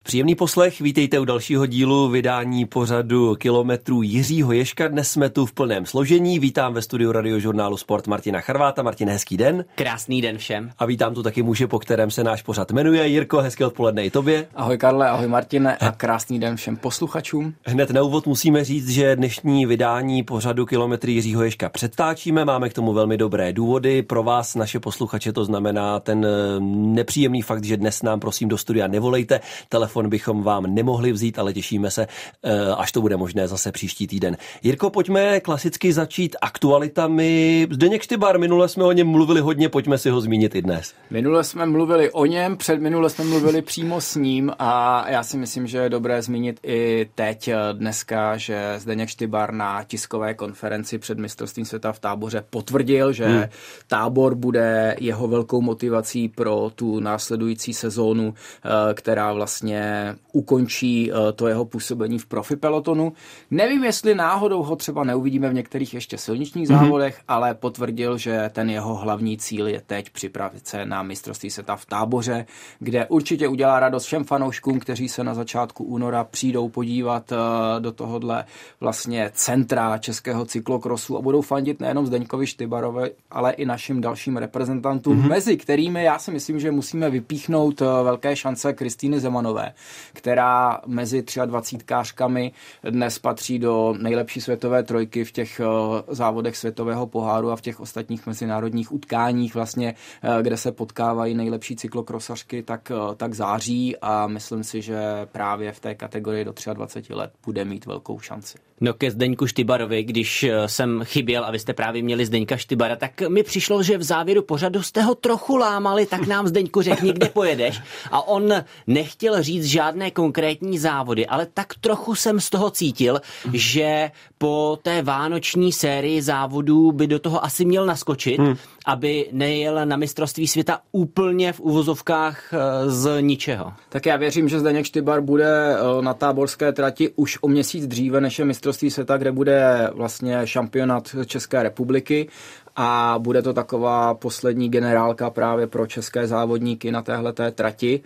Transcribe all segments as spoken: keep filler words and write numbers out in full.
Příjemný poslech, vítejte u dalšího dílu vydání pořadu Kilometrů Jiřího Ježka. Dnes jsme tu v plném složení. Vítám ve studiu radiožurnálu Sport Martina Charváta. Martin, hezký den. Krásný den všem. A vítám tu taky muže, po kterém se náš pořad jmenuje. Jirko, hezké odpoledne i tobě. Ahoj Karle, ahoj Martine a krásný den všem posluchačům. Hned na úvod musíme říct, že dnešní vydání pořadu Kilometry Jiřího Ježka předtáčíme. Máme k tomu velmi dobré důvody. Pro vás, naše posluchače, to znamená ten nepříjemný fakt, že dnes nám prosím do studia nevolejte. Telefon bychom vám nemohli vzít, ale těšíme se, až to bude možné zase příští týden. Jirko, pojďme klasicky začít aktualitami. Zdeněk Štybar, minule jsme o něm mluvili hodně, pojďme si ho zmínit i dnes. Minule jsme mluvili o něm, předminule jsme mluvili přímo s ním a já si myslím, že je dobré zmínit i teď dneska, že Zdeněk Štybar na tiskové konferenci před mistrovstvím světa v Táboře potvrdil, že hmm. Tábor bude jeho velkou motivací pro tu následující sezónu, která vlastně ukončí to jeho působení v profi pelotonu. Nevím, jestli náhodou ho třeba neuvidíme v některých ještě silničních závodech, mm-hmm. ale potvrdil, že ten jeho hlavní cíl je teď připravit se na mistrovství světa v Táboře, kde určitě udělá radost všem fanouškům, kteří se na začátku února přijdou podívat do tohohle vlastně centra českého cyklokrosu a budou fandit nejenom Zdeňkovi Štybarovi, ale i našim dalším reprezentantům, mm-hmm. mezi kterými já si myslím, že musíme vypíchnout velké šance Kristýny Zemanové, která mezi dvacítkářkami dnes patří do nejlepší světové trojky v těch závodech světového poháru a v těch ostatních mezinárodních utkáních, vlastně, kde se potkávají nejlepší cyklokrosařky, tak, tak září a myslím si, že právě v té kategorii do dvacet tři let bude mít velkou šanci. No ke Zdeňku Štybarovi, když jsem chyběl a vy jste právě měli Zdeňka Štybara, tak mi přišlo, že v závěru pořadu jste ho trochu lámali, tak nám Zdeňku řekni, kde pojedeš. A on nechtěl říct žádné konkrétní závody, ale tak trochu jsem z toho cítil, že po té vánoční sérii závodů by do toho asi měl naskočit, hmm. aby nejel na mistrovství světa úplně v uvozovkách z ničeho. Tak já věřím, že Zdeněk Štybar bude na táborské trati už o měsíc dříve, než je mistrovství světa, kde bude vlastně šampionát České republiky. A bude to taková poslední generálka právě pro české závodníky na téhleté trati.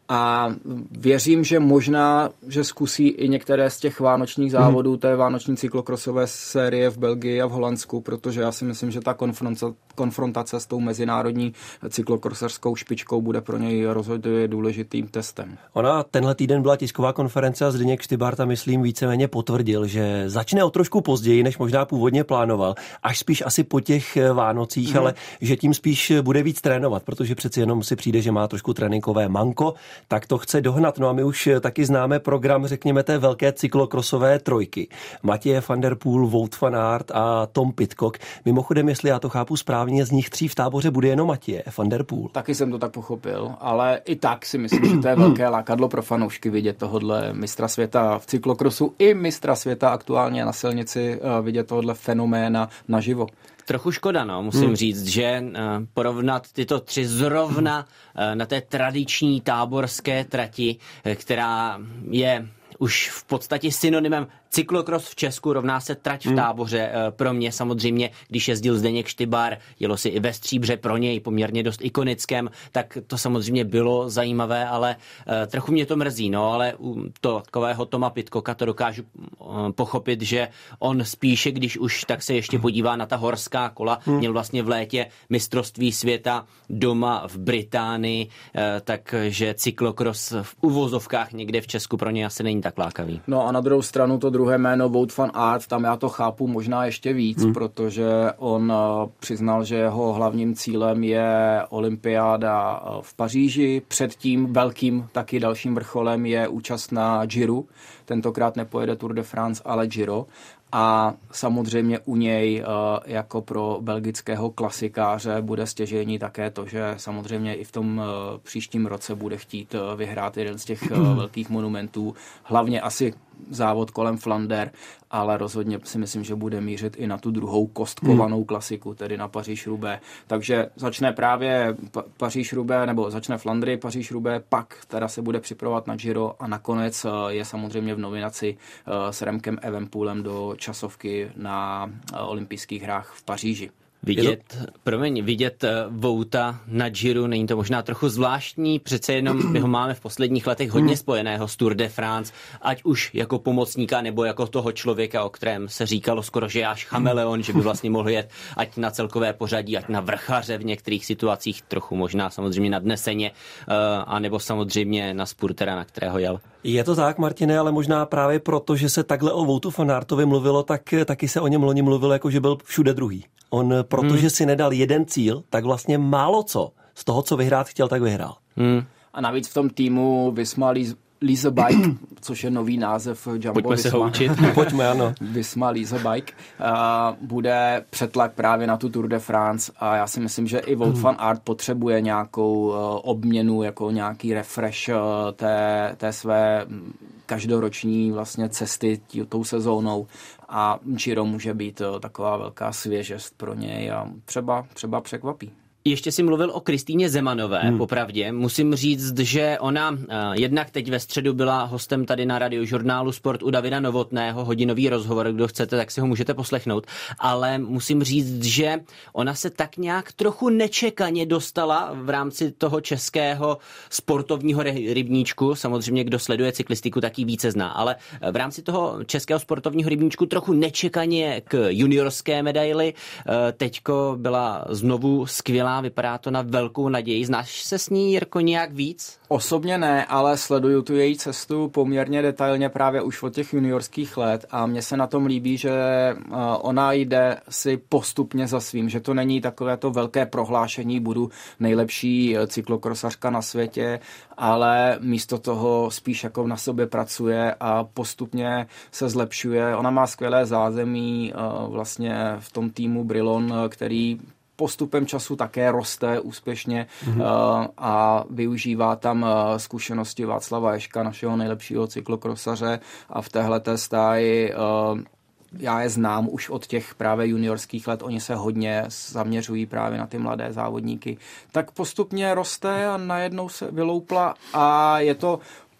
A věřím, že možná, že zkusí i některé z těch vánočních závodů, hmm. té vánoční cyklokrosové série v Belgii a v Holandsku, protože já si myslím, že ta konfrontace, konfrontace s tou mezinárodní cyklokrosařskou špičkou bude pro něj rozhodně důležitým testem. Ona tenhle týden byla tisková konference a Zdeněk Štybar tam, myslím, víceméně potvrdil, že začne o trošku později, než možná původně plánoval, až spíš asi po těch Vánocích, hmm. ale že tím spíš bude víc trénovat, protože přeci jenom si přijde, že má trošku tréninkové manko, tak to chce dohnat. No a my už taky známe program, řekněme, té velké cyklokrosové trojky. Mathieu van der Poel, Wout van Aert a Tom Pidcock. Mimochodem, jestli já to chápu správně, z nich tří v Táboře bude jenom Mathieu van der Poel. Taky jsem to tak pochopil, ale i tak si myslím, že to je velké lákadlo pro fanoušky vidět tohodle mistra světa v cyklokrosu i mistra světa aktuálně na silnici, vidět tohodle fenoména naživo. Trochu škoda, no, musím hmm. říct, že uh, porovnat tyto tři zrovna uh, na té tradiční táborské trati, která je už v podstatě synonymem cyklokros v Česku rovná se trať v Táboře. Pro mě samozřejmě, když jezdil Zdeněk Štybar, jelo si i ve Stříbře, pro něj poměrně dost ikonickém, tak to samozřejmě bylo zajímavé, ale uh, trochu mě to mrzí, no, ale u to takového Toma Pidcocka to dokážu uh, pochopit, že on spíše, když už, tak se ještě podívá na ta horská kola. Hmm. Měl vlastně v létě mistrovství světa doma v Británii, uh, takže cyklokros v uvozovkách někde v Česku pro něj asi není tak lákavý. No a na druhou stranu to druhé jméno Wout van Aert, tam já to chápu možná ještě víc, hmm. protože on přiznal, že jeho hlavním cílem je olympiáda v Paříži, předtím velkým taky dalším vrcholem je účast na Giro, tentokrát nepojede Tour de France, ale Giro. A samozřejmě u něj jako pro belgického klasikáře bude stěžejní také to, že samozřejmě i v tom příštím roce bude chtít vyhrát jeden z těch velkých monumentů, hlavně asi závod kolem Flander, ale rozhodně si myslím, že bude mířit i na tu druhou kostkovanou klasiku, tedy na Paříž-Roubaix. Takže začne právě Paříž-Roubaix, nebo začne Flandry, Paříž-Roubaix, pak teda se bude připravovat na Giro a nakonec je samozřejmě v nominaci s Remkem Evenepoelem do časovky na olympijských hrách v Paříži. Vidět, to... promiň, vidět Vouta na Giro, není to možná trochu zvláštní, přece jenom my ho máme v posledních letech hodně spojeného s Tour de France, ať už jako pomocníka, nebo jako toho člověka, o kterém se říkalo skoro, že je až chameleon, že by vlastně mohl jet ať na celkové pořadí, ať na vrchaře v některých situacích, trochu možná samozřejmě nadneseně, anebo samozřejmě na spurtera, na kterého jel. Je to tak, Martine, ale možná právě proto, že se takhle o Woutu van Aertovi mluvilo, tak taky se o něm loni mluvilo, jako že byl všude druhý. On, protože hmm. si nedal jeden cíl, tak vlastně málo co z toho, co vyhrát chtěl, tak vyhrál. Hmm. A navíc v tom týmu Visma Lease Bike, což je nový název Jumbo Pojďme Visma. se ho učit. Pojďme, ano. Visma Lease Bike uh, bude přetlak právě na tu Tour de France a já si myslím, že i Wout hmm. van Aert potřebuje nějakou uh, obměnu, jako nějaký refresh uh, té, té své každoroční vlastně cesty tí, tou sezónou a Giro může být uh, taková velká svěžest pro něj a třeba, třeba překvapí. Ještě si mluvil o Kristýně Zemanové, hmm. popravdě. Musím říct, že ona uh, jednak teď ve středu byla hostem tady na Radiožurnálu Sport u Davida Novotného, hodinový rozhovor, kdo chcete, tak si ho můžete poslechnout, ale musím říct, že ona se tak nějak trochu nečekaně dostala v rámci toho českého sportovního rybníčku, samozřejmě kdo sleduje cyklistiku, tak ji více zná, ale v rámci toho českého sportovního rybníčku trochu nečekaně k juniorské medaili. Uh, teďko byla znovu skvělá, vypadá to na velkou naději. Znáš se s ní, Jirko, nějak víc? Osobně ne, ale sleduju tu její cestu poměrně detailně právě už od těch juniorských let a mně se na tom líbí, že ona jde si postupně za svým, že to není takové to velké prohlášení, budu nejlepší cyklokrosařka na světě, ale místo toho spíš jako na sobě pracuje a postupně se zlepšuje. Ona má skvělé zázemí vlastně v tom týmu Brillon, který postupem času také roste úspěšně mm-hmm. uh, a využívá tam uh, zkušenosti Václava Ježka, našeho nejlepšího cyklokrosaře a v téhleté stáji uh, já je znám už od těch právě juniorských let, oni se hodně zaměřují právě na ty mladé závodníky, tak postupně roste a najednou se vyloupla a je to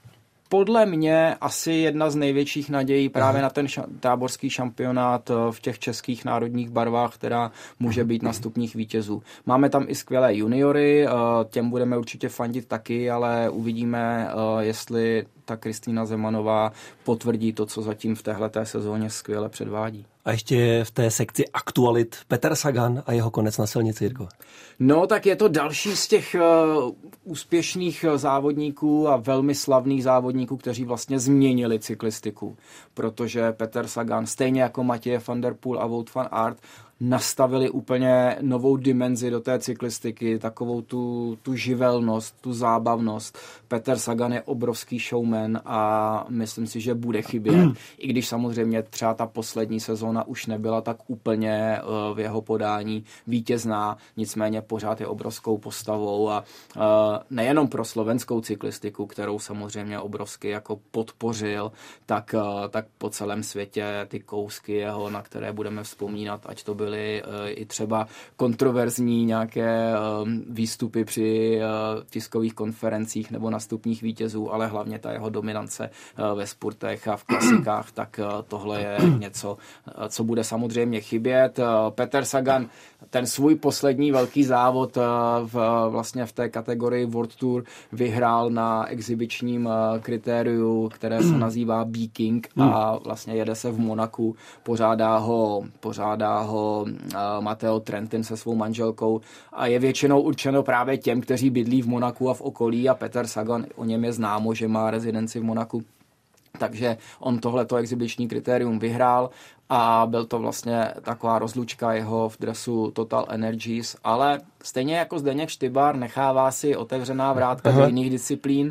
podle mě asi jedna z největších nadějí právě na ten ša- táborský šampionát v těch českých národních barvách, která může být na stupních vítězů. Máme tam i skvělé juniory, těm budeme určitě fandit taky, ale uvidíme, jestli ta Kristýna Zemanová potvrdí to, co zatím v téhleté sezóně skvěle předvádí. A ještě v té sekci aktualit Peter Sagan a jeho konec na silnici, Jirko. No, tak je to další z těch uh, úspěšných závodníků a velmi slavných závodníků, kteří vlastně změnili cyklistiku, protože Peter Sagan, stejně jako Mathieu van der Poel a Wout van Aert, nastavili úplně novou dimenzi do té cyklistiky, takovou tu, tu živelnost, tu zábavnost. Peter Sagan je obrovský showman a myslím si, že bude chybět, i když samozřejmě třeba ta poslední sezóna už nebyla tak úplně v jeho podání vítězná, nicméně pořád je obrovskou postavou a nejenom pro slovenskou cyklistiku, kterou samozřejmě obrovsky jako podpořil, tak, tak po celém světě ty kousky jeho, na které budeme vzpomínat, ať to byly i třeba kontroverzní nějaké výstupy při tiskových konferencích nebo na stupních vítězů, ale hlavně ta jeho dominance ve spurtech a v klasikách, tak tohle je něco, co bude samozřejmě chybět. Peter Sagan ten svůj poslední velký závod v, vlastně v té kategorii World Tour vyhrál na exibičním kritériu, které se nazývá B-King a vlastně jede se v Monaku, pořádá ho, pořádá ho Matteo Trentin se svou manželkou a je většinou určeno právě těm, kteří bydlí v Monaku a v okolí a Peter Sagan, o něm je známo, že má rezidenci v Monaku. Takže on tohleto exibiční kritérium vyhrál a byl to vlastně taková rozlučka jeho v dresu Total Energies, ale stejně jako Zdeněk Štybar nechává si otevřená vrátka do jiných disciplín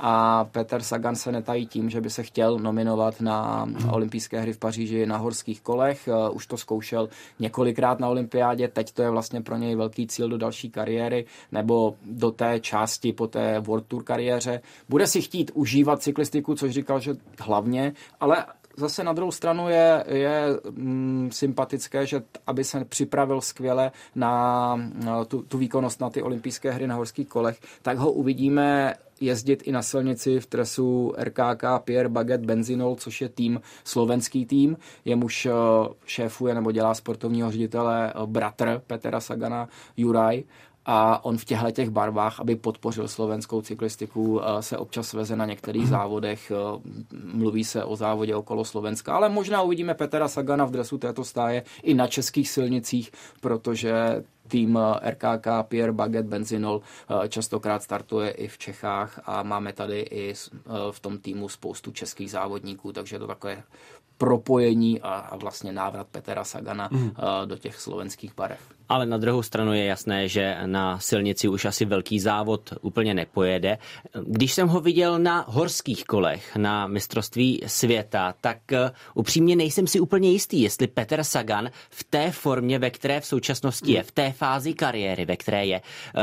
a Peter Sagan se netají tím, že by se chtěl nominovat na olympijské hry v Paříži na horských kolech. Už to zkoušel několikrát na olympiádě, teď to je vlastně pro něj velký cíl do další kariéry nebo do té části po té World Tour kariéře. Bude si chtít užívat cyklistiku, což říkal, že hlavně, ale zase na druhou stranu je, je mm, sympatické, že t, aby se připravil skvěle na, na tu, tu výkonnost na ty olympijské hry na horských kolech, tak ho uvidíme jezdit i na silnici v tresu R K K Pierre Baguette Benzinol, což je tým, slovenský tým, jemuž šéfuje nebo dělá sportovního ředitele bratr Petera Sagana, Juraj. A on v těchto těch barvách, aby podpořil slovenskou cyklistiku, se občas veze na některých závodech. Mluví se o závodě okolo Slovenska, ale možná uvidíme Petera Sagana v dresu této stáje i na českých silnicích, protože tým R K K Pierre Baguette Benzinol častokrát startuje i v Čechách a máme tady i v tom týmu spoustu českých závodníků, takže je to takové propojení a, a vlastně návrat Petera Sagana mm. do těch slovenských barev. Ale na druhou stranu je jasné, že na silnici už asi velký závod úplně nepojede. Když jsem ho viděl na horských kolech na mistrovství světa, tak upřímně nejsem si úplně jistý, jestli Peter Sagan v té formě, ve které v současnosti je, v té fázi kariéry, ve které je,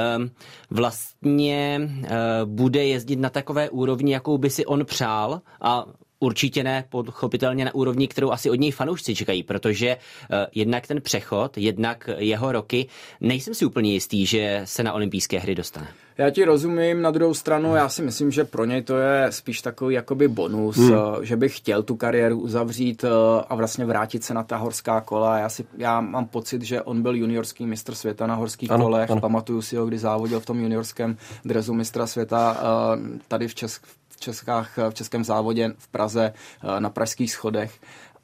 vlastně bude jezdit na takové úrovni, jakou by si on přál, a určitě ne, pochopitelně na úrovni, kterou asi od něj fanoušci čekají, protože uh, jednak ten přechod, jednak jeho roky, nejsem si úplně jistý, že se na olympijské hry dostane. Já ti rozumím, na druhou stranu já si myslím, že pro něj to je spíš takový jakoby bonus, hmm. že bych chtěl tu kariéru uzavřít a vlastně vrátit se na ta horská kola. Já, si, já mám pocit, že on byl juniorský mistr světa na horských ano, kolech, ano. Pamatuju si ho, kdy závodil v tom juniorském dresu mistra světa tady v Česku. V Českách, v českém závodě v Praze na pražských schodech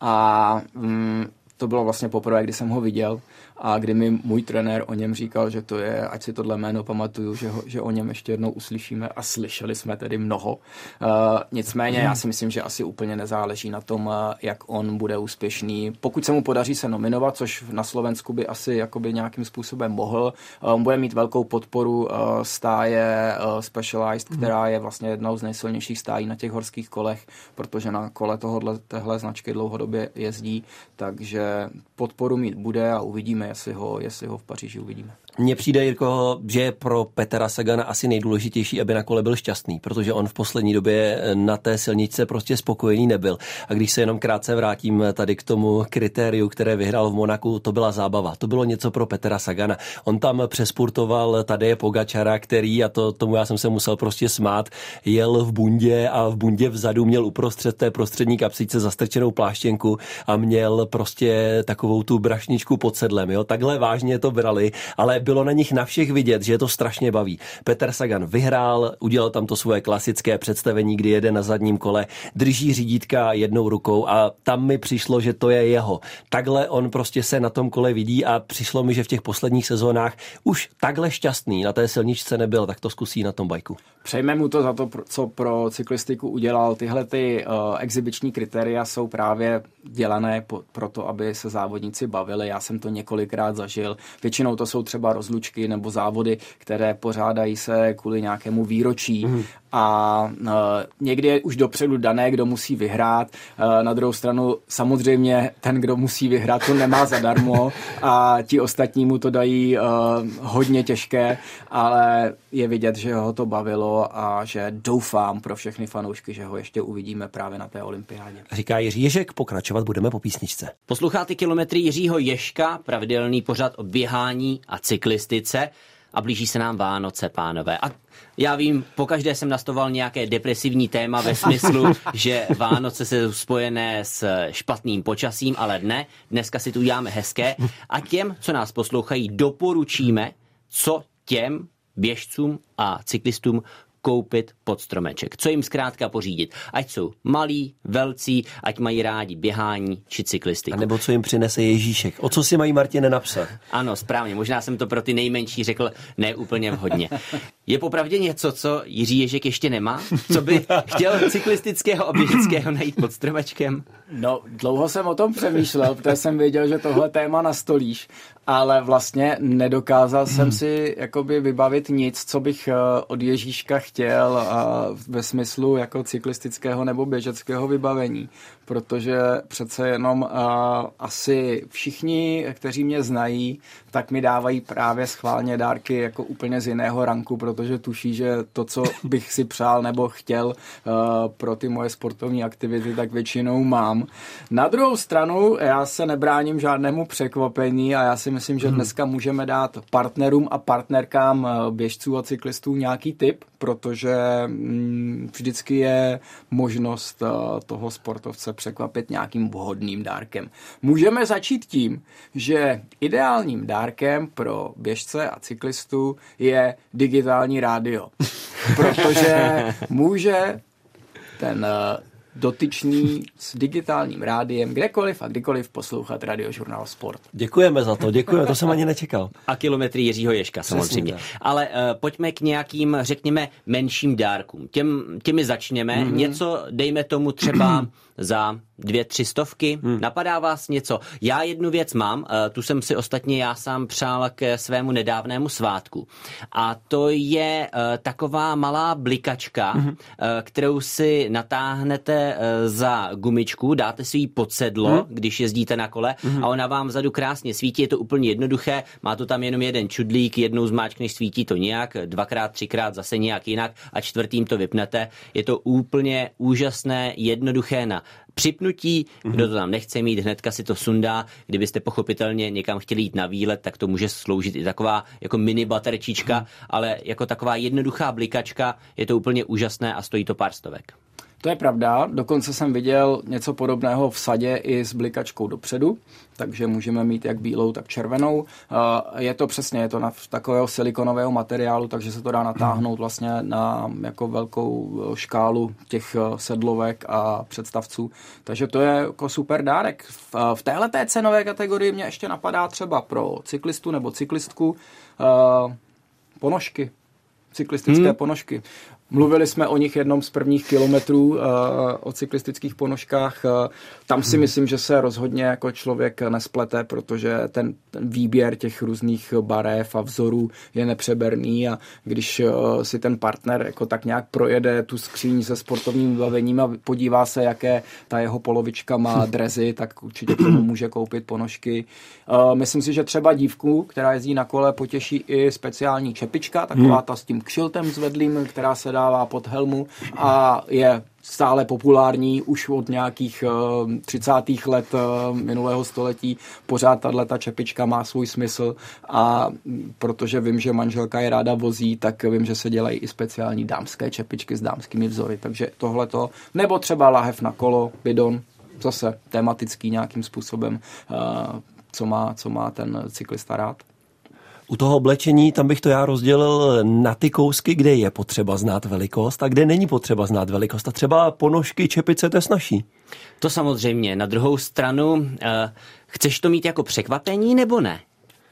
a mm, to bylo vlastně poprvé, kdy jsem ho viděl a kdy mi můj trenér o něm říkal, že to je, ať si tohle jméno pamatuju, že, ho, že o něm ještě jednou uslyšíme a slyšeli jsme tedy mnoho. Uh, nicméně já si myslím, že asi úplně nezáleží na tom, uh, jak on bude úspěšný. Pokud se mu podaří se nominovat, což na Slovensku by asi jakoby nějakým způsobem mohl, uh, on bude mít velkou podporu uh, stáje uh, Specialized, mm. která je vlastně jednou z nejsilnějších stájí na těch horských kolech, protože na kole tohohle, téhle značky dlouhodobě jezdí, takže podporu mít bude a uvidíme, jestli ho, jestli ho v Paříži uvidíme. Mně přijde, Jirko, že je pro Petera Sagana asi nejdůležitější, aby na kole byl šťastný, protože on v poslední době na té silničce prostě spokojený nebyl. A když se jenom krátce vrátím tady k tomu kritériu, které vyhrál v Monaku, to byla zábava. To bylo něco pro Petera Sagana. On tam přespurtoval Tadeje Pogačara, který, a to tomu já jsem se musel prostě smát, jel v bundě a v bundě vzadu měl uprostřed té prostřední kapsičce zastrčenou pláštěnku a měl prostě takovou tu brašničku pod sedlem. Jo? Takhle vážně to brali, ale bylo na nich na všech vidět, že je to strašně baví. Peter Sagan vyhrál, udělal tam to svoje klasické představení, kdy jede na zadním kole, drží řídítka jednou rukou a tam mi přišlo, že to je jeho. Takhle on prostě se na tom kole vidí a přišlo mi, že v těch posledních sezónách už takhle šťastný na té silničce nebyl, tak to zkusí na tom bajku. Přejme mu to za to, co pro cyklistiku udělal. Tyhle ty uh, exibiční kritéria jsou právě dělané po, proto, aby se závodníci bavili. Já jsem to několikrát zažil. Většinou to jsou třeba rozlučky nebo závody, které pořádají se kvůli nějakému výročí. Mm. A uh, někdy je už dopředu dané, kdo musí vyhrát. Uh, na druhou stranu samozřejmě ten, kdo musí vyhrát, to nemá zadarmo a ti ostatní mu to dají uh, hodně těžké, ale je vidět, že ho to bavilo a že doufám pro všechny fanoušky, že ho ještě uvidíme právě na té olympiádě. Říká Jiří Ježek, pokračovat budeme po písničce. Posloucháte Kilometry Jiřího Ježka, pravidelný pořad o běhání a cyklistice. A blíží se nám Vánoce, pánové. A já vím, pokaždé jsem nastoval nějaké depresivní téma ve smyslu, že Vánoce jsou spojené s špatným počasím, ale ne, dneska si tu uděláme hezké a těm, co nás poslouchají, doporučíme, co těm běžcům a cyklistům koupit pod stromeček. Co jim zkrátka pořídit. Ať jsou malí, velcí, ať mají rádi běhání či cyklistiku. A nebo co jim přinese Ježíšek. O co si mají, Martine, napsat? Ano, správně. Možná jsem to pro ty nejmenší řekl ne úplně vhodně. Je popravdě něco, co Jiří Ježek ještě nemá? Co by chtěl cyklistického a běžického najít pod stromečkem? No, dlouho jsem o tom přemýšlel, protože jsem věděl, že tohle téma nastolíš, ale vlastně nedokázal hmm. jsem si jakoby vybavit nic, co bych od Ježíška chtěl a ve smyslu jako cyklistického nebo běžeckého vybavení, protože přece jenom a, asi všichni, kteří mě znají, tak mi dávají právě schválně dárky jako úplně z jiného ranku, protože protože tuší, že to, co bych si přál nebo chtěl uh, pro ty moje sportovní aktivity, tak většinou mám. Na druhou stranu, já se nebráním žádnému překvapení a já si myslím, že dneska můžeme dát partnerům a partnerkám běžců a cyklistů nějaký tip, protože mm, vždycky je možnost uh, toho sportovce překvapit nějakým vhodným dárkem. Můžeme začít tím, že ideálním dárkem pro běžce a cyklistu je digitální rádio, protože může ten uh, dotyčný s digitálním rádiem kdekoliv a kdykoliv poslouchat Radiožurnál Sport. Děkujeme za to, děkujeme, to jsem ani nečekal. A kilometry Jiřího Ježka samozřejmě. Ale uh, pojďme k nějakým, řekněme, menším dárkům. Těm, těmi začněme. Mm-hmm. Něco, dejme tomu třeba za dvě, tři stovky. Hmm. Napadá vás něco? Já jednu věc mám, tu jsem si ostatně já sám přál k svému nedávnému svátku. A to je taková malá blikačka, hmm. kterou si natáhnete za gumičku, dáte si ji pod sedlo, hmm. když jezdíte na kole hmm. a ona vám vzadu krásně svítí. Je to úplně jednoduché, má to tam jenom jeden čudlík, jednou zmáčkneš, svítí to nějak, dvakrát, třikrát zase nějak jinak a čtvrtým to vypnete. Je to úplně úžasné, jednoduché na připnutí, kdo to tam nechce mít, hnedka si to sundá. Kdybyste pochopitelně někam chtěli jít na výlet, tak to může sloužit i taková jako mini baterčička, mm. ale jako taková jednoduchá blikačka je to úplně úžasné a stojí to pár stovek. To je pravda, dokonce jsem viděl něco podobného v sadě i s blikačkou dopředu, takže můžeme mít jak bílou, tak červenou. Je to přesně, je to na takového silikonového materiálu, takže se to dá natáhnout vlastně na jako velkou škálu těch sedlovek a představců. Takže to je jako super dárek. V téhleté cenové kategorii mě ještě napadá třeba pro cyklistu nebo cyklistku ponožky, cyklistické hmm. ponožky. Mluvili jsme o nich jednom z prvních kilometrů, uh, o cyklistických ponožkách. Uh, tam si myslím, že se rozhodně jako člověk nesplete, protože ten, ten výběr těch různých barev a vzorů je nepřeberný a když uh, si ten partner jako tak nějak projede tu skříň se sportovním vybavením a podívá se, jaké ta jeho polovička má drezy, tak určitě k tomu může koupit ponožky. Uh, myslím si, že třeba dívku, která jezdí na kole, potěší i speciální čepička, taková ta s tím kšiltem zvedlým, která se dá dává pod helmu a je stále populární už od nějakých uh, třicátých let uh, minulého století. Pořád tato čepička má svůj smysl a protože vím, že manželka je ráda vozí, tak vím, že se dělají i speciální dámské čepičky s dámskými vzory. Takže tohleto, nebo třeba lahev na kolo, bidon, zase tematický nějakým způsobem, uh, co má, co má ten cyklista rád. U toho oblečení, tam bych to já rozdělil na ty kousky, kde je potřeba znát velikost a kde není potřeba znát velikost. A třeba ponožky, čepice, to je snazší. To samozřejmě. Na druhou stranu, uh, chceš to mít jako překvapení nebo ne?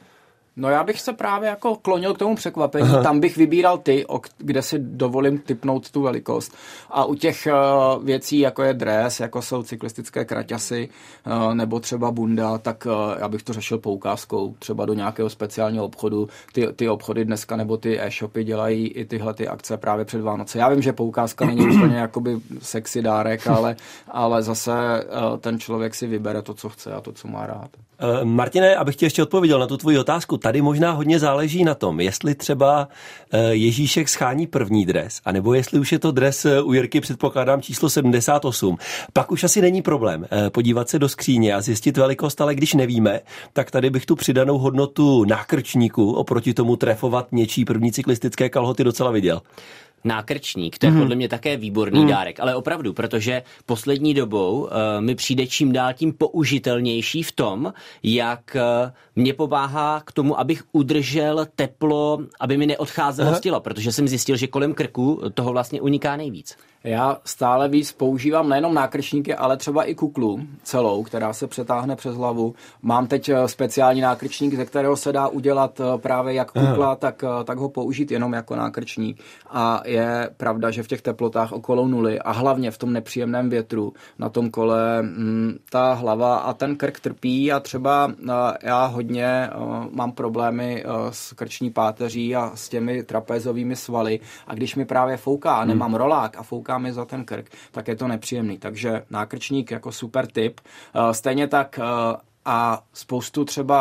No já bych se právě jako klonil k tomu překvapení. Aha. Tam bych vybíral ty, kde si dovolím tipnout tu velikost. A u těch uh, věcí, jako je dres, jako jsou cyklistické kraťasy, uh, nebo třeba bunda, tak uh, já bych to řešil poukázkou, třeba do nějakého speciálního obchodu. Ty, ty obchody dneska nebo ty e-shopy dělají i tyhle ty akce právě před Vánoce. Já vím, že poukázka není úplně jakoby sexy dárek, ale, ale zase uh, ten člověk si vybere to, co chce a to, co má rád. Uh, Martine, abych ti ještě odpověděl na tu tvoji otázku. Tady možná hodně záleží na tom, jestli třeba Ježíšek schání první dres, anebo jestli už je to dres u Jirky, předpokládám, číslo sedmdesát osm. Pak už asi není problém podívat se do skříně a zjistit velikost, ale když nevíme, tak tady bych tu přidanou hodnotu nákrčníku oproti tomu trefovat něčí první cyklistické kalhoty docela viděl. Nákrčník, to je mm. podle mě také výborný mm. dárek, ale opravdu, protože poslední dobou uh, mi přijde čím dál tím použitelnější v tom, jak uh, mě pomáhá k tomu, abych udržel teplo, aby mi neodcházelo z těla, protože jsem zjistil, že kolem krku toho vlastně uniká nejvíc. Já stále víc používám nejenom nákrčníky, ale třeba i kuklu celou, která se přetáhne přes hlavu. Mám teď speciální nákrčník, ze kterého se dá udělat právě jak kukla, tak, tak ho použít jenom jako nákrčník. A je pravda, že v těch teplotách okolo nuly a hlavně v tom nepříjemném větru na tom kole m, ta hlava a ten krk trpí a třeba já hodně mám problémy s krční páteří a s těmi trapézovými svaly a když mi právě fouká a nemám rolák a fouká mi za ten krk, tak je to nepříjemný. Takže nákrčník jako super tip. Stejně tak a spoustu třeba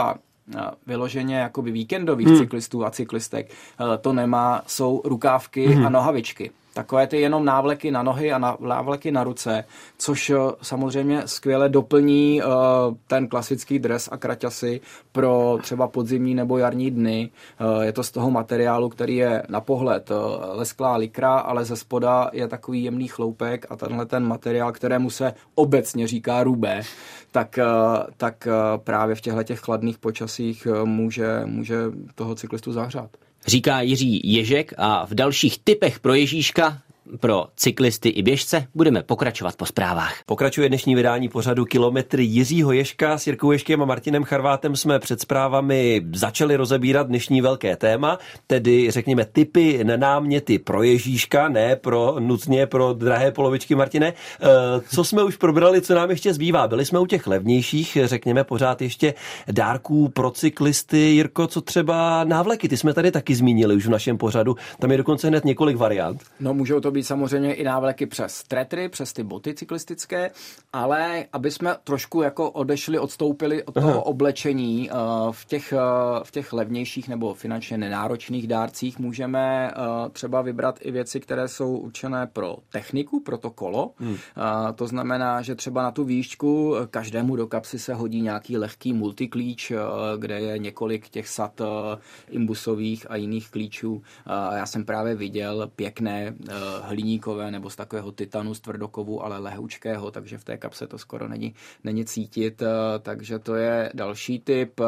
vyloženě jakoby víkendových hmm. cyklistů a cyklistek to nemá, jsou rukávky hmm. a nohavičky. Takové ty jenom návleky na nohy a návleky na ruce, což samozřejmě skvěle doplní uh, ten klasický dres a kraťasy pro třeba podzimní nebo jarní dny. Uh, je to z toho materiálu, který je na pohled uh, lesklá likra, ale ze spoda je takový jemný chloupek a tenhle ten materiál, kterému se obecně říká rubé, tak, uh, tak uh, právě v těchto těch chladných počasích uh, může, může toho cyklistu zahřát. Říká Jiří Ježek a v dalších tipech pro Ježíška, pro cyklisty i běžce budeme pokračovat po zprávách. Pokračuje dnešní vydání pořadu Kilometry Jiřího Ježka. S Jirkou Ježkem a Martinem Charvátem jsme před zprávami začali rozebírat dnešní velké téma, tedy řekněme tipy na náměty pro Ježíška, ne pro nutně pro drahé polovičky. Martine, co jsme už probrali, co nám ještě zbývá? Byli jsme u těch levnějších, řekněme pořád ještě dárků pro cyklisty. Jirko, co třeba návleky? Ty jsme tady taky zmínili už v našem pořadu. Tam je dokonce hned několik variant. No, můžou to být samozřejmě i návleky přes tretry, přes ty boty cyklistické, ale aby jsme trošku jako odešli, odstoupili od toho Aha. oblečení v těch, v těch levnějších nebo finančně nenáročných dárcích můžeme třeba vybrat i věci, které jsou určené pro techniku, pro to kolo. Hmm. To znamená, že třeba na tu výšku každému do kapsy se hodí nějaký lehký multiklíč, kde je několik těch sad imbusových a jiných klíčů. Já jsem právě viděl pěkné hliníkové nebo z takového titanu z tvrdokovu, ale lehoučkého, takže v té kapse to skoro není, není cítit, takže to je další tip.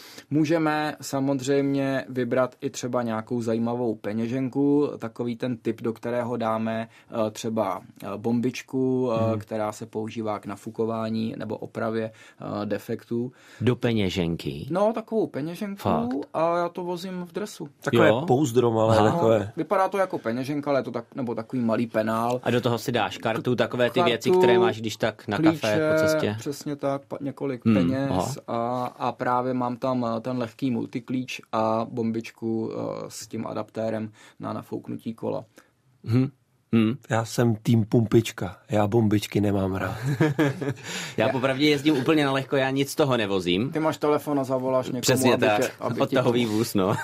Můžeme samozřejmě vybrat i třeba nějakou zajímavou peněženku, takový ten tip, do kterého dáme třeba bombičku, hmm. která se používá k nafukování nebo opravě defektů. Do peněženky? No, takovou peněženku. Fakt? A já to vozím v dresu. Takové pouzdrom, ale no, takové. Vypadá to jako peněženka, ale je to tak, nebo takový malý penál. A do toho si dáš kartu, takové ty kartu, věci, které máš když tak na klíče, kafe po cestě. Přesně tak, několik hmm, peněz a, a právě mám tam ten lehký multiklíč a bombičku uh, s tím adaptérem na nafouknutí kola. Hmm. Hmm. Já jsem tým pumpička, já bombičky nemám rád. Já popravdě jezdím úplně na lehko, já nic z toho nevozím. Ty máš telefon a zavoláš někomu, přesně aby tak, tě, aby odtahový vůz, no.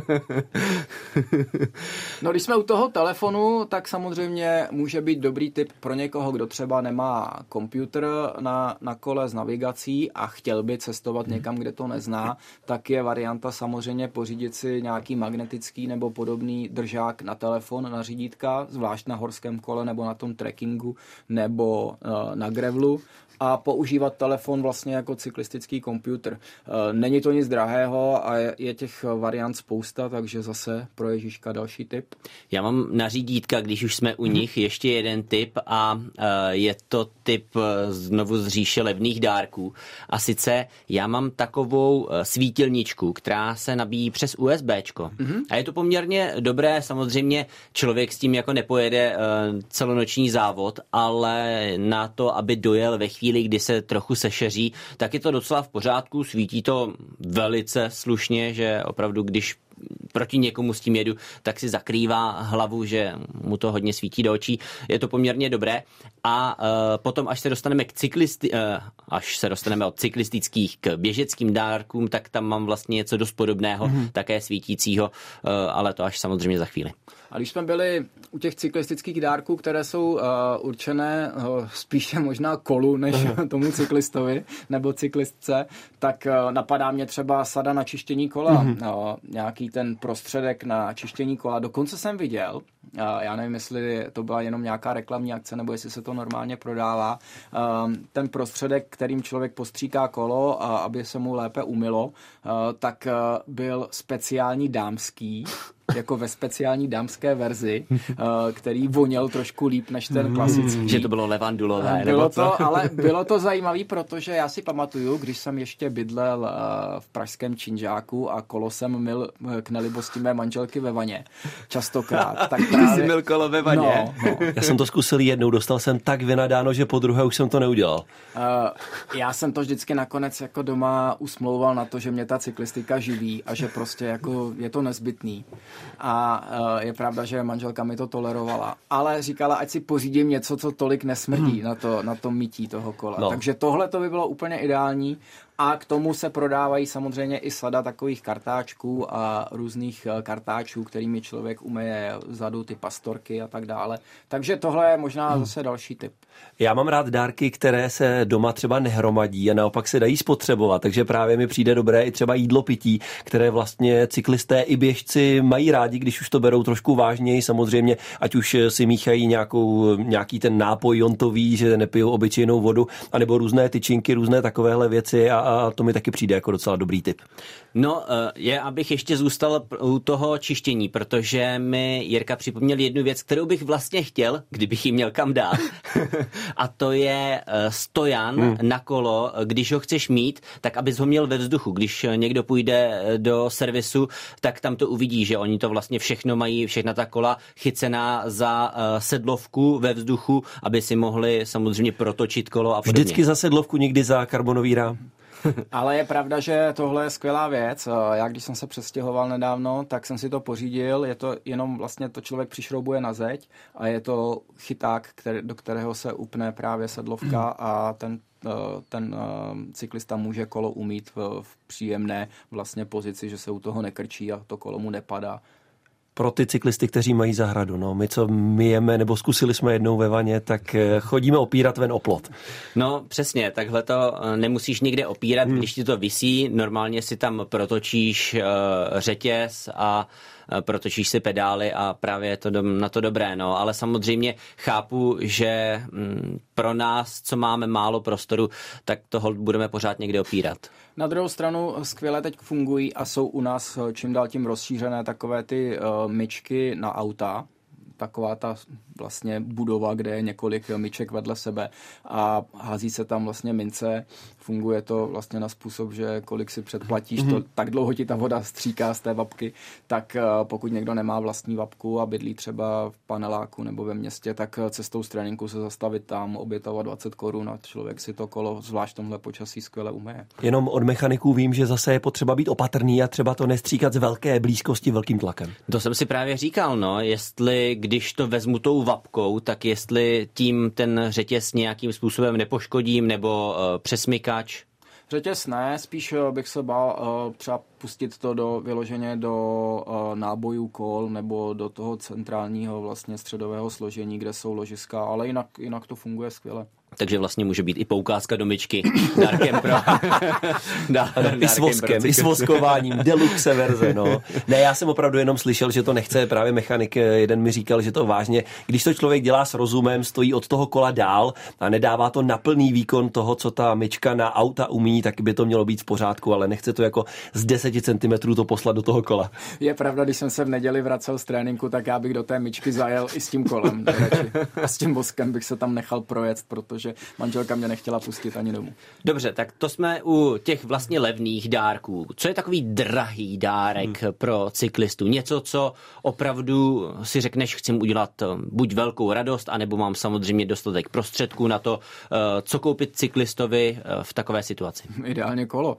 No, když jsme u toho telefonu, tak samozřejmě může být dobrý tip pro někoho, kdo třeba nemá počítač na, na kole s navigací a chtěl by cestovat hmm. někam, kde to nezná, tak je varianta samozřejmě pořídit si nějaký magnetický nebo podobný držák na telefon, na řídítka, zvlášť na horském kole nebo na tom trekkingu nebo uh, na gravelu a používat telefon vlastně jako cyklistický počítač. Není to nic drahého a je těch variant spousta, takže zase pro Ježíška další tip. Já mám na řídítka, když už jsme u nich, ještě jeden tip a je to tip znovu z říše levných dárků. A sice já mám takovou svítilničku, která se nabíjí přes USBčko. Mm-hmm. A je to poměrně dobré, samozřejmě člověk s tím jako nepojede celonoční závod, ale na to, aby dojel ve chvíli, kdy se trochu sešeří, tak je to docela v pořádku, svítí to velice slušně, že opravdu když proti někomu s tím jedu, tak si zakrývá hlavu, že mu to hodně svítí do očí. Je to poměrně dobré. A uh, potom, až se dostaneme k cyklisti, uh, až se dostaneme od cyklistických k běžeckým dárkům, tak tam mám vlastně něco dost podobného, mm-hmm. také svítícího, uh, ale to až samozřejmě za chvíli. A když jsme byli u těch cyklistických dárků, které jsou uh, určené uh, spíše možná kolu, než tomu cyklistovi nebo cyklistce, tak uh, napadá mě třeba sada na čištění kola, mm-hmm. uh, nějaký ten prostředek na čištění kola. Dokonce jsem viděl, uh, já nevím, jestli to byla jenom nějaká reklamní akce, nebo jestli se to normálně prodává, uh, ten prostředek, kterým člověk postříká kolo, a aby se mu lépe umylo, uh, tak uh, byl speciální dámský, jako ve speciální dámské verzi, který voněl trošku líp než ten klasický. Že to bylo levandulové. Bylo to, ale bylo to zajímavé, protože já si pamatuju, když jsem ještě bydlel v pražském Činžáku a kolo jsem myl k nelibosti mé manželky ve vaně. Častokrát. Tak právě... Jsi myl kolo ve vaně. No, no. Já jsem to zkusil jednou, dostal jsem tak vynadáno, že po druhé už jsem to neudělal. Uh, já jsem to vždycky nakonec jako doma usmlouval na to, že mě ta cyklistika živí a že prostě jako je to nezbytný. A uh, je pravda, že manželka mi to tolerovala, ale říkala, ať si pořídím něco, co tolik nesmrdí hmm. na to, na to mytí toho kola. No. Takže tohle to by bylo úplně ideální A k tomu se prodávají samozřejmě i sada takových kartáčků a různých kartáčů, kterými člověk umeje vzadu ty pastorky a tak dále. Takže tohle je možná zase další tip. Já mám rád dárky, které se doma třeba nehromadí a naopak se dají spotřebovat, takže právě mi přijde dobré i třeba jídlo pití, které vlastně cyklisté i běžci mají rádi, když už to berou trošku vážněji, samozřejmě, ať už si míchají nějakou, nějaký ten nápoj jontový, že nepijou obyčejnou vodu, anebo různé tyčinky, různé takovéhle věci a, a to mi taky přijde jako docela dobrý tip. No, je, abych ještě zůstal u toho čištění, protože mi Jirka připomněl jednu věc, kterou bych vlastně chtěl, kdybych ji měl kam dát. A to je stojan hmm. na kolo, když ho chceš mít, tak abys ho měl ve vzduchu. Když někdo půjde do servisu, tak tam to uvidí, že oni to vlastně všechno mají, všechna ta kola chycená za sedlovku ve vzduchu, aby si mohli samozřejmě protočit kolo a podobně. Vždycky za sedlovku, nikdy za karbonový rám. Ale je pravda, že tohle je skvělá věc. Já když jsem se přestěhoval nedávno, tak jsem si to pořídil. Je to jenom vlastně to člověk přišroubuje na zeď a je to chyták, který, do kterého se upne právě sedlovka a ten ten cyklista může kolo umít v, v příjemné vlastně pozici, že se u toho nekrčí a to kolo mu nepadá. Pro ty cyklisty, kteří mají zahradu. No, my, co myjeme, nebo zkusili jsme jednou ve vaně, tak chodíme opírat ven o plot. No, přesně, takhle to nemusíš nikde opírat, hmm. když ti to visí, normálně si tam protočíš uh, řetěz a protočíš si pedály a právě je to do, na to dobré, no, ale samozřejmě chápu, že mm, pro nás, co máme málo prostoru, tak toho budeme pořád někde opírat. Na druhou stranu skvěle teď fungují a jsou u nás čím dál tím rozšířené takové ty uh, myčky na auta, taková ta vlastně budova, kde je několik myček vedle sebe a hází se tam vlastně mince. Funguje to vlastně na způsob, že kolik si předplatíš, mm-hmm. to tak dlouho ti ta voda stříká z té vapky, tak pokud někdo nemá vlastní vapku a bydlí třeba v paneláku nebo ve městě, tak cestou z tréninku se zastavit tam, obětovat dvacet korun a člověk si to kolo zvlášť v tomhle počasí skvěle umeje. Jenom od mechaniků vím, že zase je potřeba být opatrný a třeba to nestříkat z velké blízkosti velkým tlakem. To jsem si právě říkal, no, jestli když to vezmu tou vapkou, tak jestli tím ten řetěz nějakým způsobem nepoškodím nebo uh, přesmykač. Řetěz ne, spíš bych se bál uh, třeba pustit to do, vyloženě do uh, nábojů kol nebo do toho centrálního vlastně středového složení, kde jsou ložiska, ale jinak, jinak to funguje skvěle. Takže vlastně může být i poukázka do myčky dárkem pro... Dá, I s voskem, i s voskováním, deluxe verze, no. Ne, já jsem opravdu jenom slyšel, že to nechce právě mechanik, jeden mi říkal, že to vážně, když to člověk dělá s rozumem, stojí od toho kola dál a nedává to na plný výkon toho, co ta myčka na auta umí, tak by to mělo být v pořádku, ale nechce to jako z deseti centimetrů to poslat do toho kola. Je pravda, když jsem se v neděli vracel z tréninku, tak já bych do té myčky zajel i s tím kolem. A s tím voskem bych se tam nechal projet, protože že manželka mě nechtěla pustit ani domů. Dobře, tak to jsme u těch vlastně levných dárků. Co je takový drahý dárek hmm. pro cyklistu? Něco, co opravdu si řekneš, chci udělat buď velkou radost, anebo mám samozřejmě dostatek prostředků na to, co koupit cyklistovi v takové situaci. Ideálně kolo.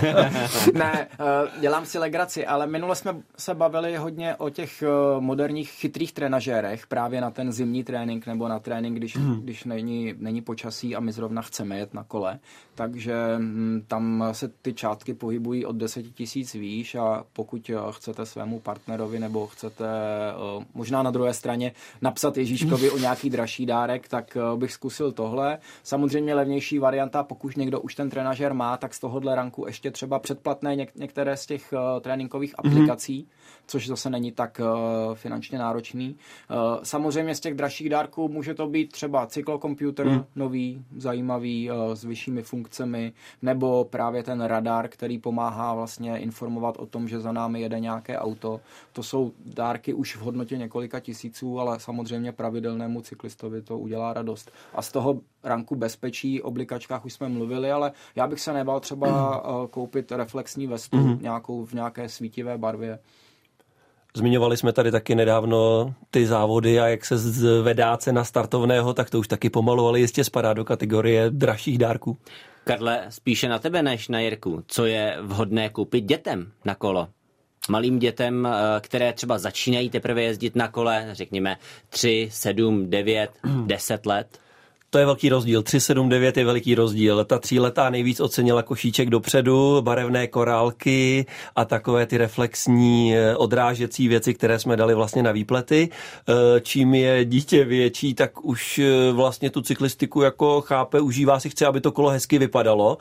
Ne, dělám si legraci, ale minule jsme se bavili hodně o těch moderních chytrých trenažérech právě na ten zimní trénink nebo na trénink, když, hmm. když není, není počasí a my zrovna chceme jet na kole. Takže m, tam se ty částky pohybují od deset tisíc výš a pokud chcete svému partnerovi nebo chcete uh, možná na druhé straně napsat Ježíškovi o nějaký dražší dárek, tak uh, bych zkusil tohle. Samozřejmě levnější varianta, pokud někdo už ten trenažér má, tak z tohohle ranku ještě třeba předplatné něk- některé z těch uh, tréninkových aplikací, mm-hmm. což zase není tak uh, finančně náročný. Uh, samozřejmě z těch dražších dárků může to být třeba cyklokomputer, mm. nový, zajímavý, uh, s vyššími funkcemi, nebo právě ten radar, který pomáhá vlastně informovat o tom, že za námi jede nějaké auto. To jsou dárky už v hodnotě několika tisíců, ale samozřejmě pravidelnému cyklistovi to udělá radost. A z toho ranku bezpečí, oblikačkách už jsme mluvili, ale já bych se nebál třeba uh, koupit reflexní vestu mm. nějakou v nějaké svítivé barvě. Zmiňovali jsme tady taky nedávno ty závody a jak se zvedá cena startovného, tak to už taky pomalu, ale jistě spadá do kategorie dražších dárků. Karle, spíše na tebe než na Jirku. Co je vhodné koupit dětem na kolo? Malým dětem, které třeba začínají teprve jezdit na kole, řekněme tři, sedm, devět, deset let? To je velký rozdíl. tři sedm devět je veliký rozdíl. Ta tříletá nejvíc ocenila košíček dopředu, barevné korálky a takové ty reflexní odrážecí věci, které jsme dali vlastně na výplety. Čím je dítě větší, tak už vlastně tu cyklistiku jako chápe, užívá si, chce, aby to kolo hezky vypadalo.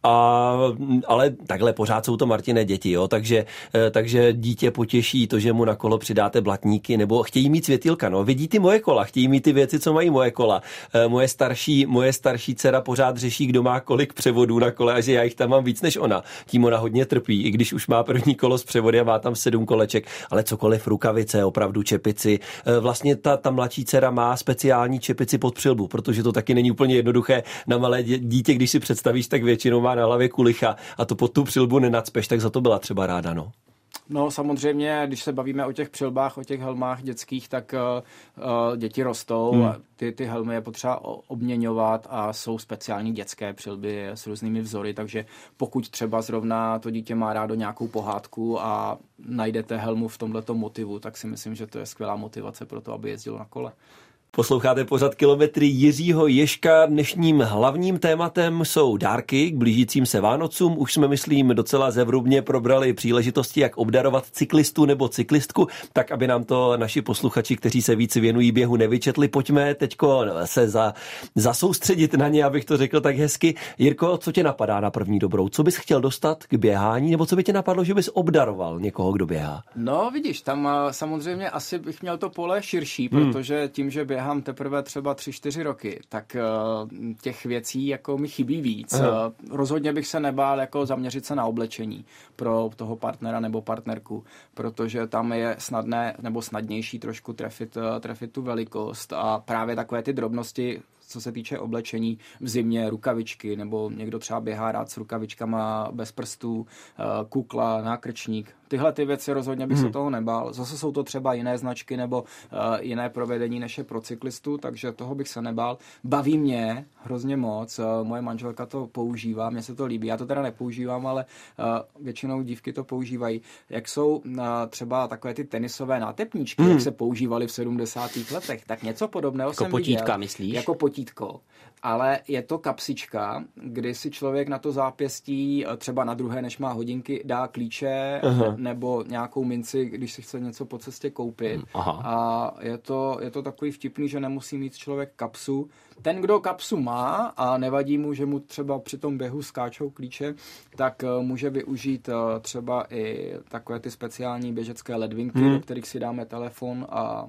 A, ale takhle pořád jsou to Martine děti, jo? Takže, takže dítě potěší to, že mu na kolo přidáte blatníky, nebo chtějí mít světýlka. No, vidí ty moje kola, chtějí mít ty věci, co mají moje kola. Moje starší, moje starší dcera pořád řeší, kdo má kolik převodů na kole a že já jich tam mám víc než ona. Tím ona hodně trpí, i když už má první kolo z převody a má tam sedm koleček, ale cokoliv, rukavice, opravdu čepici. Vlastně ta, ta mladší dcera má speciální čepici pod přilbu, protože to taky není úplně jednoduché na malé dítě, když si představíš, tak většinou má na hlavě kulicha a to pod tu přilbu nenacpeš, tak za to byla třeba ráda, no. No samozřejmě, když se bavíme o těch přilbách, o těch helmách dětských, tak uh, uh, děti rostou hmm. a ty, ty helmy je potřeba obměňovat a jsou speciální dětské přilby s různými vzory, takže pokud třeba zrovna to dítě má rádo nějakou pohádku a najdete helmu v tomhletom motivu, tak si myslím, že to je skvělá motivace pro to, aby jezdilo na kole. Posloucháte pořad Kilometry Jiřího Ježka. Dnešním hlavním tématem jsou dárky k blížícím se Vánocům. Už jsme, myslím, docela zevrubně probrali příležitosti, jak obdarovat cyklistu nebo cyklistku, tak aby nám to naši posluchači, kteří se víc věnují běhu, nevyčetli. Pojďme teďko se za, zasoustředit na ně, abych to řekl tak hezky. Jirko, co tě napadá na první dobrou? Co bys chtěl dostat k běhání, nebo co by tě napadlo, že bys obdaroval někoho, kdo běhá? No, vidíš, tam samozřejmě asi bych měl to pole širší, protože tím, že běhám teprve třeba tři čtyři roky, tak uh, těch věcí jako mi chybí víc. Uh, rozhodně bych se nebál jako zaměřit se na oblečení pro toho partnera nebo partnerku, protože tam je snadné nebo snadnější trošku trefit, uh, trefit tu velikost a právě takové ty drobnosti, co se týče oblečení v zimě, rukavičky, nebo někdo třeba běhá rád s rukavičkama bez prstů, kukla, nákrčník. Tyhle ty věci rozhodně bych hmm. se toho nebál. Zase jsou to třeba jiné značky nebo uh, jiné provedení, než je pro cyklistu, takže toho bych se nebál. Baví mě hrozně moc, uh, moje manželka to používá, mně se to líbí. Já to teda nepoužívám, ale uh, většinou dívky to používají. Jak jsou uh, třeba takové ty tenisové nátepníčky, hmm. jak se používaly v sedmdesátých letech, tak něco podobného jako jsem potítka, viděl. Myslíš? Jako potítko. Ale je to kapsička, kdy si člověk na to zápěstí třeba na druhé, než má hodinky, dá klíče Aha. nebo nějakou minci, když si chce něco po cestě koupit. Aha. A je to, je to takový vtipný, že nemusí mít člověk kapsu. Ten, kdo kapsu má a nevadí mu, že mu třeba při tom běhu skáčou klíče, tak může využít třeba i takové ty speciální běžecké ledvinky, hmm. do kterých si dáme telefon a,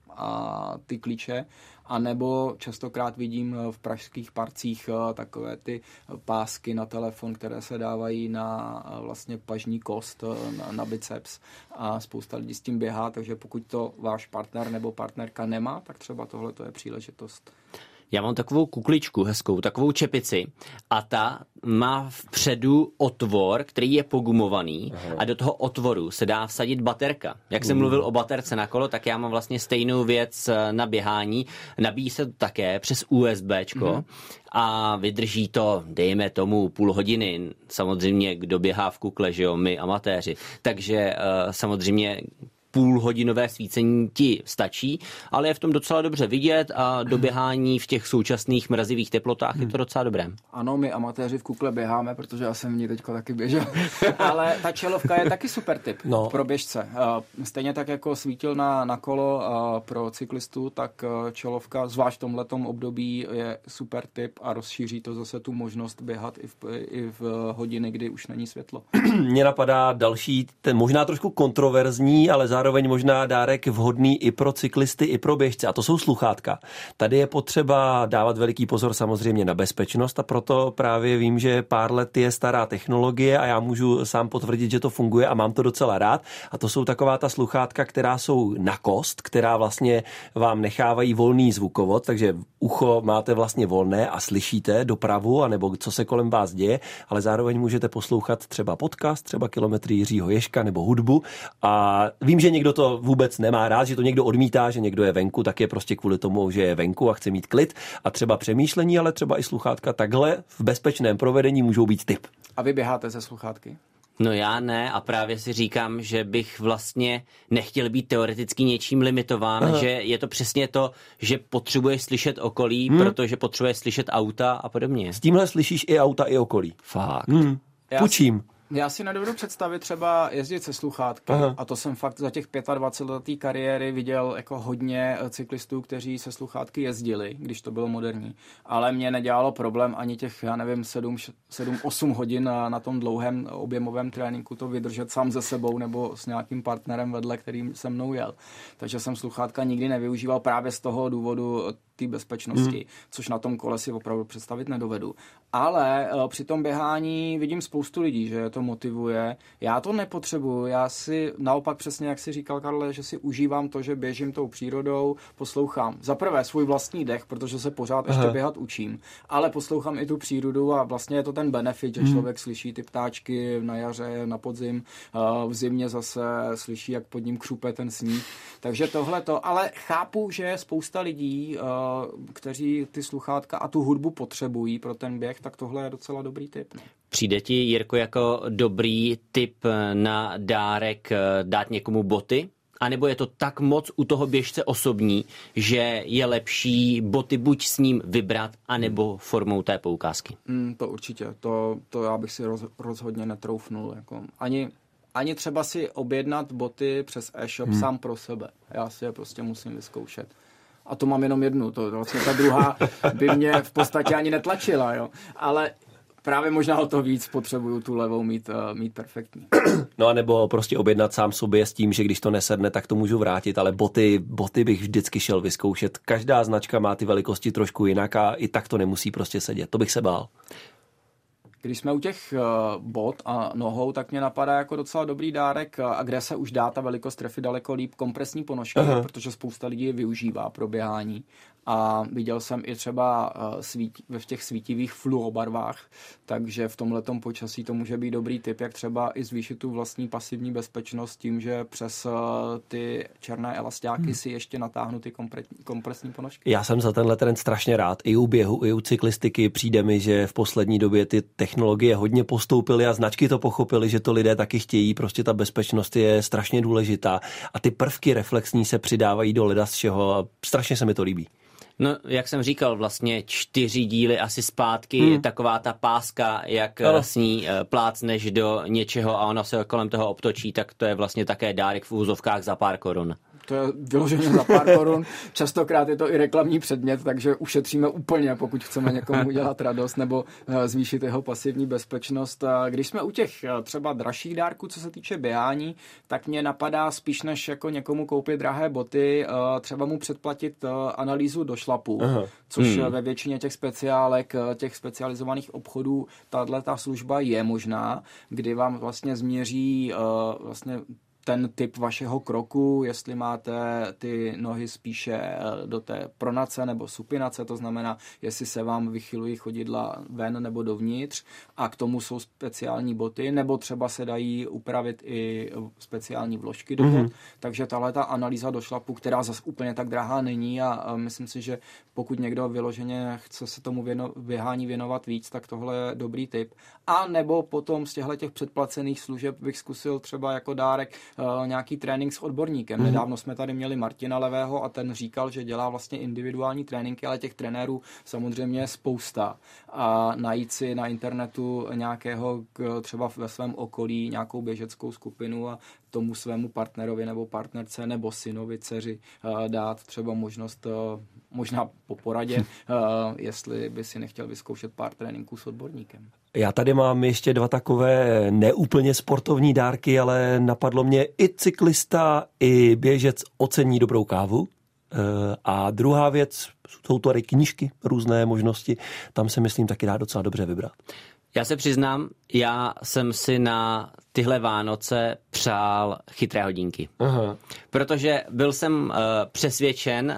a ty klíče. A nebo častokrát vidím v pražských parcích takové ty pásky na telefon, které se dávají na vlastně pažní kost, na, na biceps a spousta lidí s tím běhá, takže pokud to váš partner nebo partnerka nemá, tak třeba tohle to je příležitost. Já mám takovou kukličku hezkou, takovou čepici a ta má vpředu otvor, který je pogumovaný Aha. a do toho otvoru se dá vsadit baterka. Jak jsem mluvil o baterce na kolo, tak já mám vlastně stejnou věc na běhání. Nabíjí se to také přes USBčko mm. a vydrží to, dejme tomu, půl hodiny. Samozřejmě, kdo běhá v kukle, že jo, my amatéři. Takže uh, samozřejmě půlhodinové svícení ti stačí, ale je v tom docela dobře vidět a do běhání v těch současných mrazivých teplotách je to docela dobré. Ano, my amatéři v kukle běháme, protože já jsem v ní teďko taky běžel. Ale ta čelovka je taky super tip no. pro běžce. Stejně tak jako svítilna na kolo pro cyklistu, tak čelovka, zvlášť v tomhletom období, je super tip a rozšíří to zase tu možnost běhat i v, i v hodiny, kdy už není světlo. Mně napadá další, ten možná trošku kontroverzní, ale zároveň Zároveň možná dárek vhodný i pro cyklisty, i pro běžce. A to jsou sluchátka. Tady je potřeba dávat veliký pozor samozřejmě na bezpečnost a proto právě vím, že pár let je stará technologie a já můžu sám potvrdit, že to funguje a mám to docela rád. A to jsou taková ta sluchátka, která jsou na kost, která vlastně vám nechávají volný zvukovod, takže ucho máte vlastně volné a slyšíte dopravu anebo co se kolem vás děje, ale zároveň můžete poslouchat třeba podcast, třeba Kilometry Jiřího Ježka nebo hudbu a vím, že někdo to vůbec nemá rád, že to někdo odmítá, že někdo je venku, tak je prostě kvůli tomu, že je venku a chce mít klid a třeba přemýšlení, ale třeba i sluchátka takhle v bezpečném provedení můžou být tip. A vy běháte ze sluchátky? No já ne a právě si říkám, že bych vlastně nechtěl být teoreticky něčím limitován, Aha. že je to přesně to, že potřebuješ slyšet okolí, hmm. protože potřebuješ slyšet auta a podobně. S tímhle slyšíš i auta, i okolí. Fakt. Hmm. Pučím. Já si nedovedu představit třeba jezdit se sluchátky. Aha. A to jsem fakt za těch dvacet pět let té kariéry viděl jako hodně cyklistů, kteří se sluchátky jezdili, když to bylo moderní. Ale mě nedělalo problém ani těch, já nevím, sedm osm hodin na, na tom dlouhém objemovém tréninku to vydržet sám ze sebou nebo s nějakým partnerem vedle, kterým se mnou jel. Takže jsem sluchátka nikdy nevyužíval právě z toho důvodu té bezpečnosti, hmm. což na tom kole si opravdu představit nedovedu. Ale uh, při tom běhání vidím spoustu lidí, že to motivuje. Já to nepotřebuju, já si naopak přesně, jak si říkal Karle, že si užívám to, že běžím tou přírodou, poslouchám za prvé svůj vlastní dech, protože se pořád Aha. ještě běhat učím, ale poslouchám i tu přírodu a vlastně je to ten benefit, že hmm. člověk slyší ty ptáčky na jaře, na podzim, uh, v zimě zase slyší, jak pod ním křupe ten sníh. Takže tohleto, ale chápu, že je spousta lidí, uh, kteří ty sluchátka a tu hudbu potřebují pro ten běh, tak tohle je docela dobrý tip. Ne? Přijde ti, Jirko, jako dobrý tip na dárek dát někomu boty? A nebo je to tak moc u toho běžce osobní, že je lepší boty buď s ním vybrat, anebo formou té poukázky? Mm, to určitě. To, to já bych si roz, rozhodně netroufnul. Jako ani, ani třeba si objednat boty přes e-shop hmm. sám pro sebe. Já si je prostě musím vyzkoušet. A to mám jenom jednu, to vlastně ta druhá by mě v podstatě ani netlačila, jo. Ale právě možná o to víc potřebuju tu levou mít, uh, mít perfektní. No a nebo prostě objednat sám sobě s tím, že když to nesedne, tak to můžu vrátit, ale boty, boty bych vždycky šel vyzkoušet. Každá značka má ty velikosti trošku jinak a i tak to nemusí prostě sedět. To bych se bál. Když jsme u těch uh, bot a nohou, tak mě napadá jako docela dobrý dárek, a kde se už dá ta velikost trefy daleko líp, kompresní ponožky, Aha. protože spousta lidí je využívá pro běhání. A viděl jsem i třeba uh, svít, v těch svítivých fluobarvách, takže v tomhletom počasí to může být dobrý tip, jak třeba i zvýšit tu vlastní pasivní bezpečnost tím, že přes uh, ty černé elastiáky hmm. si ještě natáhnu ty kompre- kompresní ponožky. Já jsem za tenhle trend strašně rád. I u běhu, i u cyklistiky přijde mi, že v poslední době ty technologie hodně postoupily a značky to pochopily, že to lidé taky chtějí. Prostě ta bezpečnost je strašně důležitá a ty prvky reflexní se přidávají do leda z čeho a strašně se mi to líbí. No, jak jsem říkal, vlastně čtyři díly asi zpátky, hmm. taková ta páska, jak no. s ní plácneš do něčeho a ona se kolem toho obtočí, tak to je vlastně také dárek v úzovkách za pár korun. To je vyloženě za pár korun. Častokrát je to i reklamní předmět, takže ušetříme úplně, pokud chceme někomu udělat radost nebo zvýšit jeho pasivní bezpečnost. Když jsme u těch třeba dražších dárků, co se týče běhání, tak mě napadá spíš než jako někomu koupit drahé boty, třeba mu předplatit analýzu do šlapu, Aha. což hmm. ve většině těch speciálek, těch specializovaných obchodů, tato služba je možná, kdy vám vlastně změří vlastně ten typ vašeho kroku, jestli máte ty nohy spíše do té pronace nebo supinace, to znamená, jestli se vám vychylují chodidla ven nebo dovnitř a k tomu jsou speciální boty, nebo třeba se dají upravit i speciální vložky do bot. Mm-hmm. Takže tahle ta analýza do šlapu, která zase úplně tak drahá není a, a myslím si, že pokud někdo vyloženě chce se tomu věno, běhání věnovat víc, tak tohle je dobrý tip. A nebo potom z těchto těch předplacených služeb bych zkusil třeba jako dárek Uh, nějaký trénink s odborníkem. Mm. Nedávno jsme tady měli Martina Levého a ten říkal, že dělá vlastně individuální tréninky, ale těch trenérů samozřejmě je spousta. A najít si na internetu nějakého třeba ve svém okolí nějakou běžeckou skupinu a tomu svému partnerovi nebo partnerce nebo synovi, dceři uh, dát třeba možnost, uh, možná po poradě, uh, jestli by si nechtěl vyzkoušet pár tréninků s odborníkem. Já tady mám ještě dva takové neúplně sportovní dárky, ale napadlo mě i cyklista, i běžec ocení dobrou kávu. A druhá věc, jsou to tady knížky, různé možnosti, tam se myslím taky dá docela dobře vybrat. Já se přiznám, já jsem si na tyhle Vánoce přál chytré hodinky. Aha. Protože byl jsem uh, přesvědčen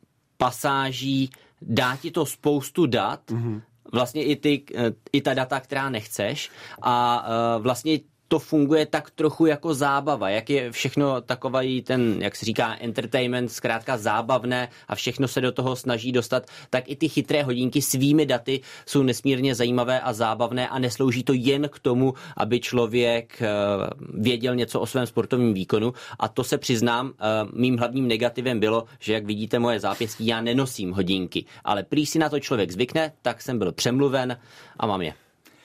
pasáží, dá ti to spoustu dat, uh-huh. vlastně i, ty, i ta data, která nechceš a uh, vlastně to funguje tak trochu jako zábava, jak je všechno takový ten, jak se říká, entertainment, zkrátka zábavné a všechno se do toho snaží dostat, tak i ty chytré hodinky svými daty jsou nesmírně zajímavé a zábavné a neslouží to jen k tomu, aby člověk věděl něco o svém sportovním výkonu. A to se přiznám, mým hlavním negativem bylo, že jak vidíte moje zápěstí, já nenosím hodinky, ale prý si na to člověk zvykne, tak jsem byl přemluven a mám je.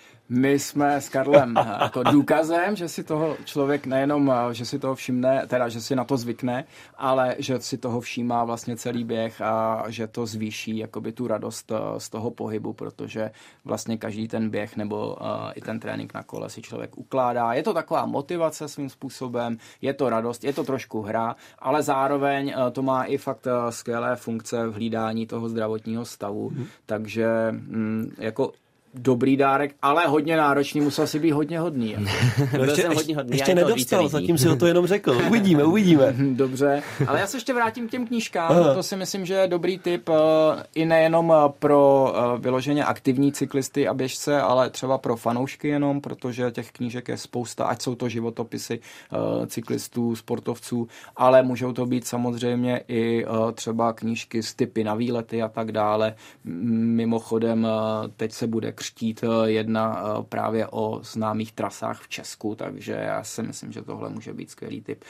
My jsme s Karlem jako důkazem, že si toho člověk nejenom, že si toho všimne, teda, že si na to zvykne, ale že si toho všímá vlastně celý běh a že to zvýší jakoby tu radost z toho pohybu, protože vlastně každý ten běh nebo uh, i ten trénink na kole si člověk ukládá. Je to taková motivace svým způsobem, je to radost, je to trošku hra, ale zároveň uh, to má i fakt uh, skvělé funkce v hlídání toho zdravotního stavu, mm. takže mm, jako dobrý dárek, ale hodně náročný, musel si být hodně hodný. No ještě jsem hodně hodný, ještě nedostal, zatím si ho to jenom řekl. Uvidíme, uvidíme. Dobře, ale já se ještě vrátím k těm knížkám. Aha. To si myslím, že je dobrý tip uh, i nejenom pro uh, vyloženě aktivní cyklisty a běžce, ale třeba pro fanoušky jenom, protože těch knížek je spousta, ať jsou to životopisy uh, cyklistů, sportovců, ale můžou to být samozřejmě i uh, třeba knížky s tipy na výlety a tak dále. Mimochodem, uh, teď se bude křtít jedna právě o známých trasách v Česku, takže já si myslím, že tohle může být skvělý tip.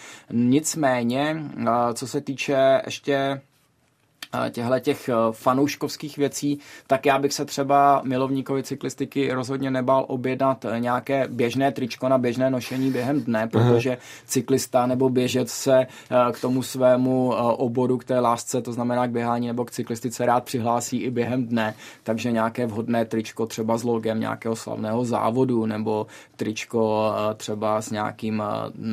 Nicméně, co se týče ještě těchto těch fanouškovských věcí, tak já bych se třeba milovníkovi cyklistiky rozhodně nebál objednat nějaké běžné tričko na běžné nošení během dne, protože cyklista nebo běžec se k tomu svému oboru, k té lásce, to znamená k běhání nebo k cyklistice rád přihlásí i během dne, takže nějaké vhodné tričko třeba s logem nějakého slavného závodu nebo tričko třeba s nějakým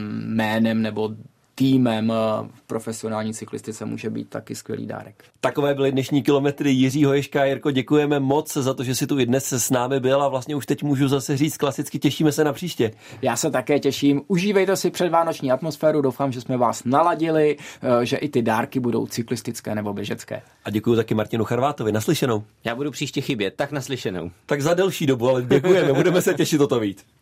jménem nebo týmem v profesionální cyklistice může být taky skvělý dárek. Takové byly dnešní kilometry Jiřího Ježka. Jirko, děkujeme moc za to, že jsi tu i dnes s námi byl a vlastně už teď můžu zase říct klasicky, těšíme se na příště. Já se také těším. Užívejte si předvánoční atmosféru, doufám, že jsme vás naladili, že i ty dárky budou cyklistické nebo běžecké. A děkuji taky Martinu Charvátovi. Naslyšenou. Já budu příště chybět, tak naslyšenou. Tak za delší dobu, ale děkujeme, budeme se těšit o to víc.